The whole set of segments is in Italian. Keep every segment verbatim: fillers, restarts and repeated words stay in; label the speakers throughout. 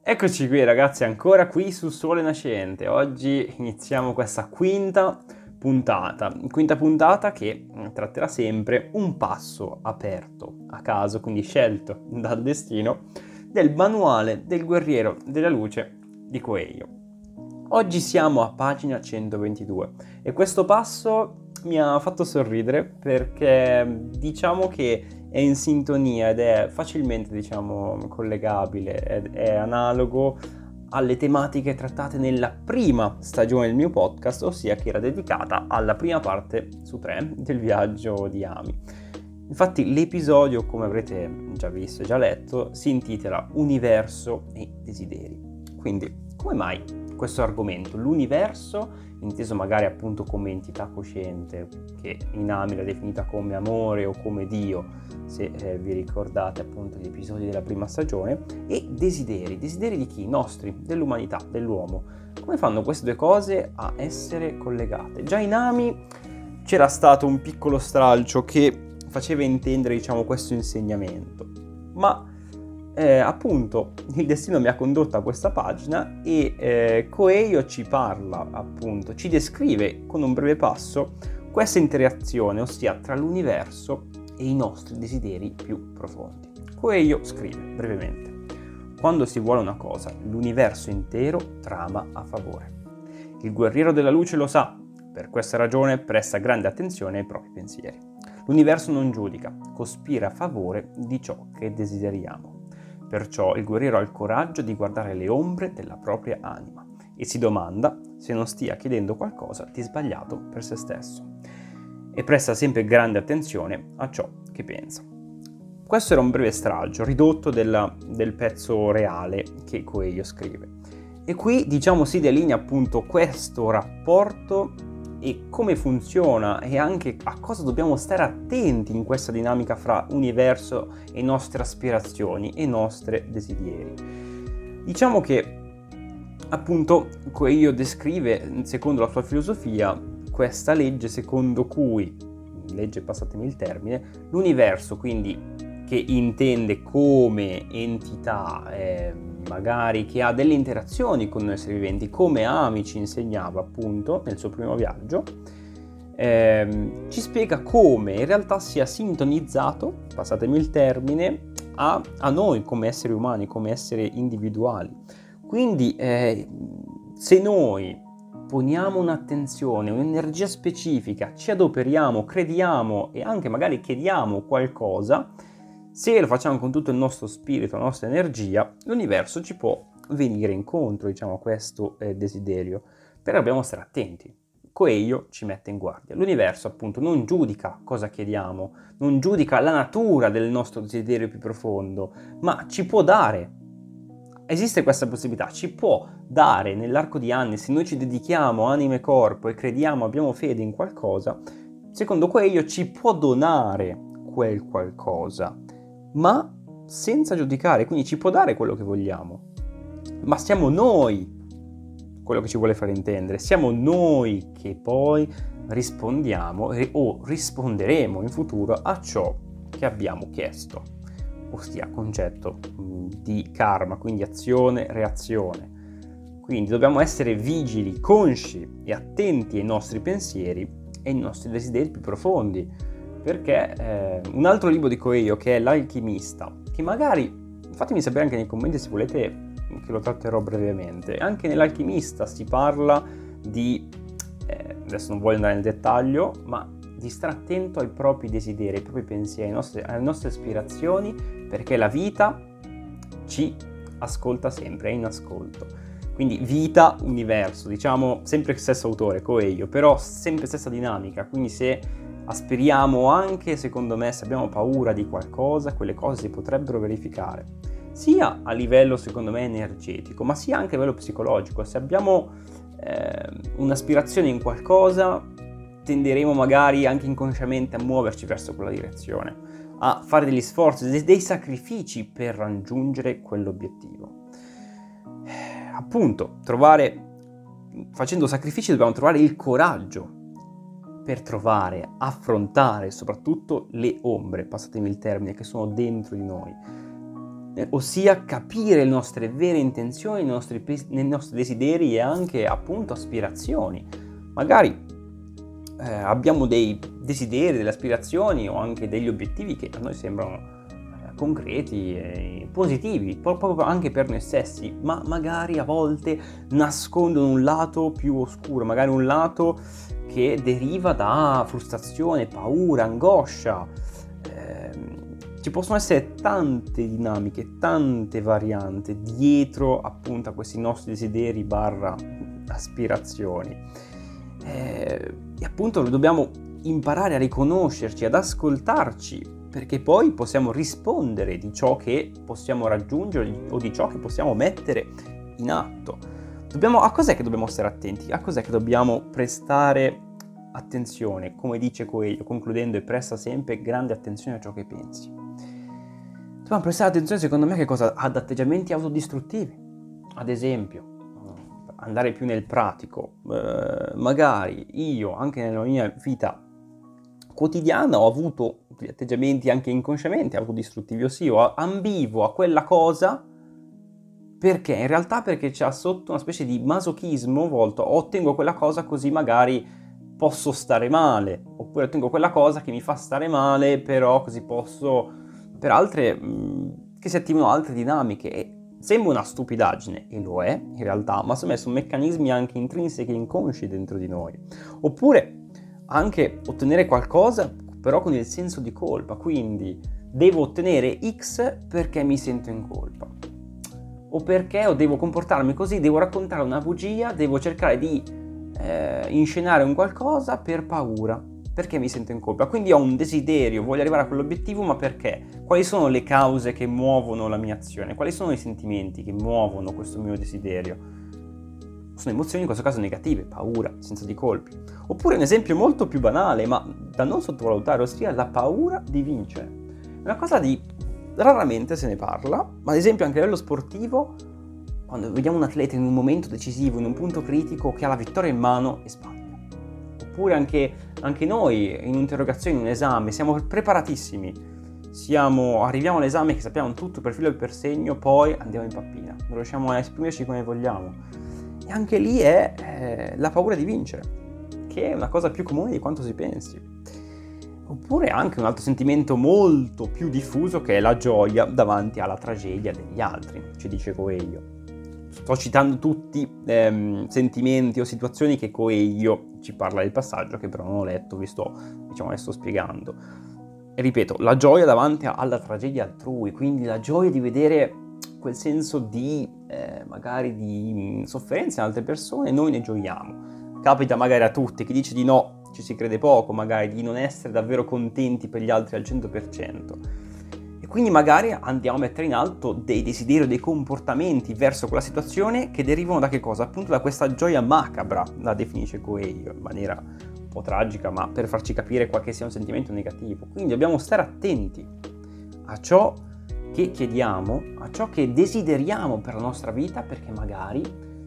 Speaker 1: Eccoci qui ragazzi, ancora qui su Sole Nascente. Oggi iniziamo questa quinta puntata, quinta puntata che tratterà sempre un passo aperto a caso, quindi scelto dal destino, del manuale del guerriero della luce di Coelho. Oggi siamo a pagina centoventidue e questo passo mi ha fatto sorridere perché diciamo che è in sintonia ed è facilmente, diciamo, collegabile, è, è analogo alle tematiche trattate nella prima stagione del mio podcast, ossia che era dedicata alla prima parte su tre del viaggio di Ami. Infatti l'episodio, come avrete già visto e già letto, si intitola Universo e desideri. Quindi, come mai questo argomento? L'universo, inteso magari appunto come entità cosciente, che in Ami l'ha definita come amore o come Dio, se eh, vi ricordate appunto gli episodi della prima stagione, e desideri. Desideri di chi? Nostri, dell'umanità, dell'uomo. Come fanno queste due cose a essere collegate? Già in Ami c'era stato un piccolo stralcio che faceva intendere, diciamo, questo insegnamento, ma Eh, appunto il destino mi ha condotto a questa pagina e eh, Coelho ci parla, appunto, ci descrive con un breve passo questa interazione, ossia tra l'universo e i nostri desideri più profondi. Coelho scrive brevemente: quando si vuole una cosa, l'universo intero trama a favore. Il guerriero della luce lo sa, per questa ragione presta grande attenzione ai propri pensieri. L'universo non giudica, cospira a favore di ciò che desideriamo. Perciò il guerriero ha il coraggio di guardare le ombre della propria anima e si domanda se non stia chiedendo qualcosa di sbagliato per se stesso. E presta sempre grande attenzione a ciò che pensa. Questo era un breve stralcio ridotto della, del pezzo reale che Coelho scrive. E qui, diciamo, si delinea appunto questo rapporto e come funziona e anche a cosa dobbiamo stare attenti in questa dinamica fra universo e nostre aspirazioni e nostri desideri. Diciamo che appunto Coelho descrive, secondo la sua filosofia, questa legge secondo cui, legge passatemi il termine, l'universo quindi che intende come entità eh, magari che ha delle interazioni con noi esseri viventi, come Ami ci insegnava appunto nel suo primo viaggio, ehm, ci spiega come in realtà sia sintonizzato, passatemi il termine, a, a noi come esseri umani, come esseri individuali. Quindi eh, se noi poniamo un'attenzione, un'energia specifica, ci adoperiamo, crediamo e anche magari chiediamo qualcosa, se lo facciamo con tutto il nostro spirito, la nostra energia, l'universo ci può venire incontro, diciamo, a questo eh, desiderio. Però dobbiamo stare attenti. Coelho ci mette in guardia. L'universo, appunto, non giudica cosa chiediamo, non giudica la natura del nostro desiderio più profondo, ma ci può dare. Esiste questa possibilità, ci può dare nell'arco di anni, se noi ci dedichiamo anima e corpo e crediamo, abbiamo fede in qualcosa, secondo Coelho ci può donare quel qualcosa, ma senza giudicare, quindi ci può dare quello che vogliamo, ma siamo noi quello che ci vuole fare intendere, siamo noi che poi rispondiamo o risponderemo in futuro a ciò che abbiamo chiesto, ossia concetto di karma, quindi azione, reazione. Quindi dobbiamo essere vigili, consci e attenti ai nostri pensieri e ai nostri desideri più profondi. Perché eh, un altro libro di Coelho, che è L'Alchimista, che magari, fatemi sapere anche nei commenti se volete che lo tratterò brevemente, anche nell'Alchimista si parla di, eh, adesso non voglio andare nel dettaglio, ma di stare attento ai propri desideri, ai propri pensieri, ai nostri, alle nostre aspirazioni, perché la vita ci ascolta sempre, è in ascolto. Quindi vita, universo, diciamo sempre stesso autore, Coelho, però sempre stessa dinamica, quindi se aspiriamo anche, secondo me, se abbiamo paura di qualcosa, quelle cose si potrebbero verificare, sia a livello, secondo me, energetico, ma sia anche a livello psicologico. Se abbiamo eh, un'aspirazione in qualcosa, tenderemo magari anche inconsciamente a muoverci verso quella direzione, a fare degli sforzi, dei, dei sacrifici per raggiungere quell'obiettivo. Appunto, trovare, facendo sacrifici dobbiamo trovare il coraggio per trovare, affrontare soprattutto le ombre, passatemi il termine, che sono dentro di noi. eh, ossia capire le nostre vere intenzioni, i nostri, i nostri desideri e anche appunto aspirazioni. Magari eh, abbiamo dei desideri, delle aspirazioni o anche degli obiettivi che a noi sembrano eh, concreti e positivi, proprio anche per noi stessi, ma magari a volte nascondono un lato più oscuro, magari un lato che deriva da frustrazione, paura, angoscia. Eh, ci possono essere tante dinamiche, tante varianti dietro appunto a questi nostri desideri barra aspirazioni. Eh, e appunto dobbiamo imparare a riconoscerci, ad ascoltarci, perché poi possiamo rispondere di ciò che possiamo raggiungere o di ciò che possiamo mettere in atto. Dobbiamo, a cos'è che dobbiamo stare attenti? A cos'è che dobbiamo prestare attenzione? Come dice Coelho, concludendo, e presta sempre grande attenzione a ciò che pensi. Dobbiamo prestare attenzione, secondo me, che cosa? Ad atteggiamenti autodistruttivi. Ad esempio, andare più nel pratico, eh, magari io anche nella mia vita quotidiana ho avuto degli atteggiamenti anche inconsciamente autodistruttivi, ossia ambivo a quella cosa perché in realtà perché c'è sotto una specie di masochismo volto ottengo quella cosa così magari posso stare male, oppure ottengo quella cosa che mi fa stare male però così posso per altre mh, che si attivano altre dinamiche. E sembra una stupidaggine, e lo è in realtà, ma sono messi meccanismi anche intrinseci e inconsci dentro di noi. Oppure anche ottenere qualcosa però con il senso di colpa, quindi devo ottenere X perché mi sento in colpa, o perché o devo comportarmi così, devo raccontare una bugia, devo cercare di eh, inscenare un qualcosa per paura, perché mi sento in colpa. Quindi ho un desiderio, voglio arrivare a quell'obiettivo, ma perché? Quali sono le cause che muovono la mia azione? Quali sono i sentimenti che muovono questo mio desiderio? Sono emozioni in questo caso negative, paura, senso di colpa. Oppure un esempio molto più banale, ma da non sottovalutare, ossia la paura di vincere. È una cosa di raramente se ne parla, ma ad esempio anche a livello sportivo, quando vediamo un atleta in un momento decisivo, in un punto critico, che ha la vittoria in mano e sbaglia. Oppure anche, anche noi in un'interrogazione, in un esame, siamo preparatissimi, siamo, arriviamo all'esame che sappiamo tutto per filo e per segno, poi andiamo in pappina, non riusciamo a esprimerci come vogliamo. E anche lì è eh, la paura di vincere, che è una cosa più comune di quanto si pensi. Oppure anche un altro sentimento molto più diffuso che è la gioia davanti alla tragedia degli altri, ci dice Coelho. Sto citando tutti ehm, sentimenti o situazioni che Coelho ci parla del passaggio, che però non ho letto, vi sto, diciamo, le sto spiegando. E ripeto, la gioia davanti alla tragedia altrui, quindi la gioia di vedere quel senso di, eh, magari di sofferenza in altre persone, noi ne gioiamo. Capita magari a tutti, chi dice di no, ci si crede poco, magari di non essere davvero contenti per gli altri al cento per cento. E quindi magari andiamo a mettere in alto dei desideri o dei comportamenti verso quella situazione che derivano da che cosa? Appunto da questa gioia macabra, la definisce Coelho in maniera un po' tragica, ma per farci capire qual che sia un sentimento negativo. Quindi dobbiamo stare attenti a ciò che chiediamo, a ciò che desideriamo per la nostra vita, perché magari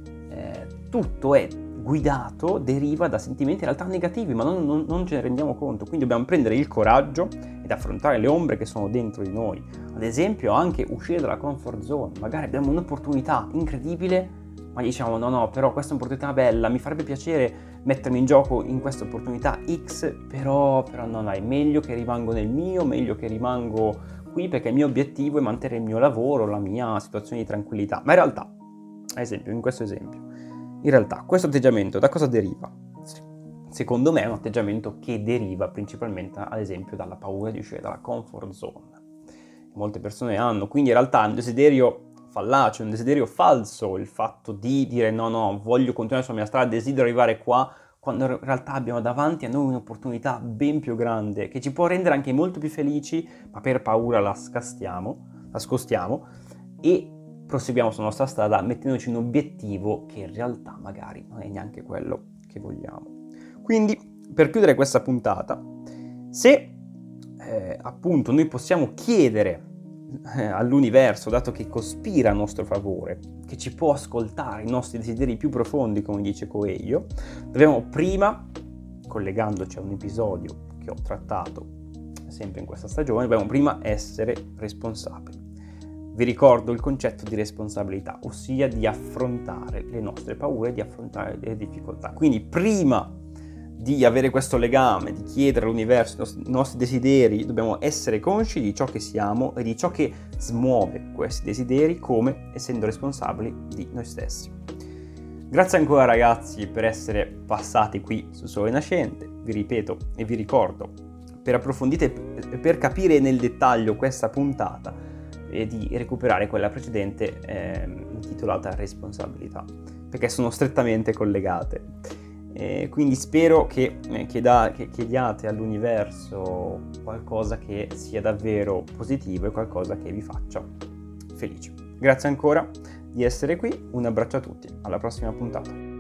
Speaker 1: eh, tutto è guidato, deriva da sentimenti in realtà negativi, ma non, non, non ce ne rendiamo conto. Quindi dobbiamo prendere il coraggio ed affrontare le ombre che sono dentro di noi. Ad esempio anche uscire dalla comfort zone. Magari abbiamo un'opportunità incredibile, ma diciamo no no, però questa è un'opportunità bella, mi farebbe piacere mettermi in gioco in questa opportunità X, però, però no dai, meglio che rimango nel mio, meglio che rimango qui perché il mio obiettivo è mantenere il mio lavoro, la mia situazione di tranquillità. Ma in realtà, ad esempio, in questo esempio, in realtà questo atteggiamento da cosa deriva? Secondo me è un atteggiamento che deriva principalmente, ad esempio, dalla paura di uscire dalla comfort zone. Molte persone hanno, quindi in realtà è un desiderio fallace, un desiderio falso il fatto di dire no no, voglio continuare sulla mia strada, desidero arrivare qua, quando in realtà abbiamo davanti a noi un'opportunità ben più grande che ci può rendere anche molto più felici, ma per paura la scastiamo, la scostiamo e proseguiamo sulla nostra strada mettendoci un obiettivo che in realtà magari non è neanche quello che vogliamo. Quindi, per chiudere questa puntata, se eh, appunto noi possiamo chiedere eh, all'universo, dato che cospira a nostro favore, che ci può ascoltare i nostri desideri più profondi, come dice Coelho, dobbiamo prima, collegandoci a un episodio che ho trattato sempre in questa stagione, dobbiamo prima essere responsabili. vi ricordo il concetto di responsabilità, ossia di affrontare le nostre paure, di affrontare le difficoltà. Quindi prima di avere questo legame, di chiedere all'universo i nostri, i nostri desideri, dobbiamo essere consci di ciò che siamo e di ciò che smuove questi desideri, come essendo responsabili di noi stessi. Grazie ancora ragazzi per essere passati qui su Sole Nascente, vi ripeto e vi ricordo, per approfondire e per capire nel dettaglio questa puntata e di recuperare quella precedente eh, intitolata Responsabilità, perché sono strettamente collegate. Eh, quindi spero che, eh, chieda, che chiediate all'universo qualcosa che sia davvero positivo e qualcosa che vi faccia felici. Grazie ancora di essere qui, un abbraccio a tutti, alla prossima puntata.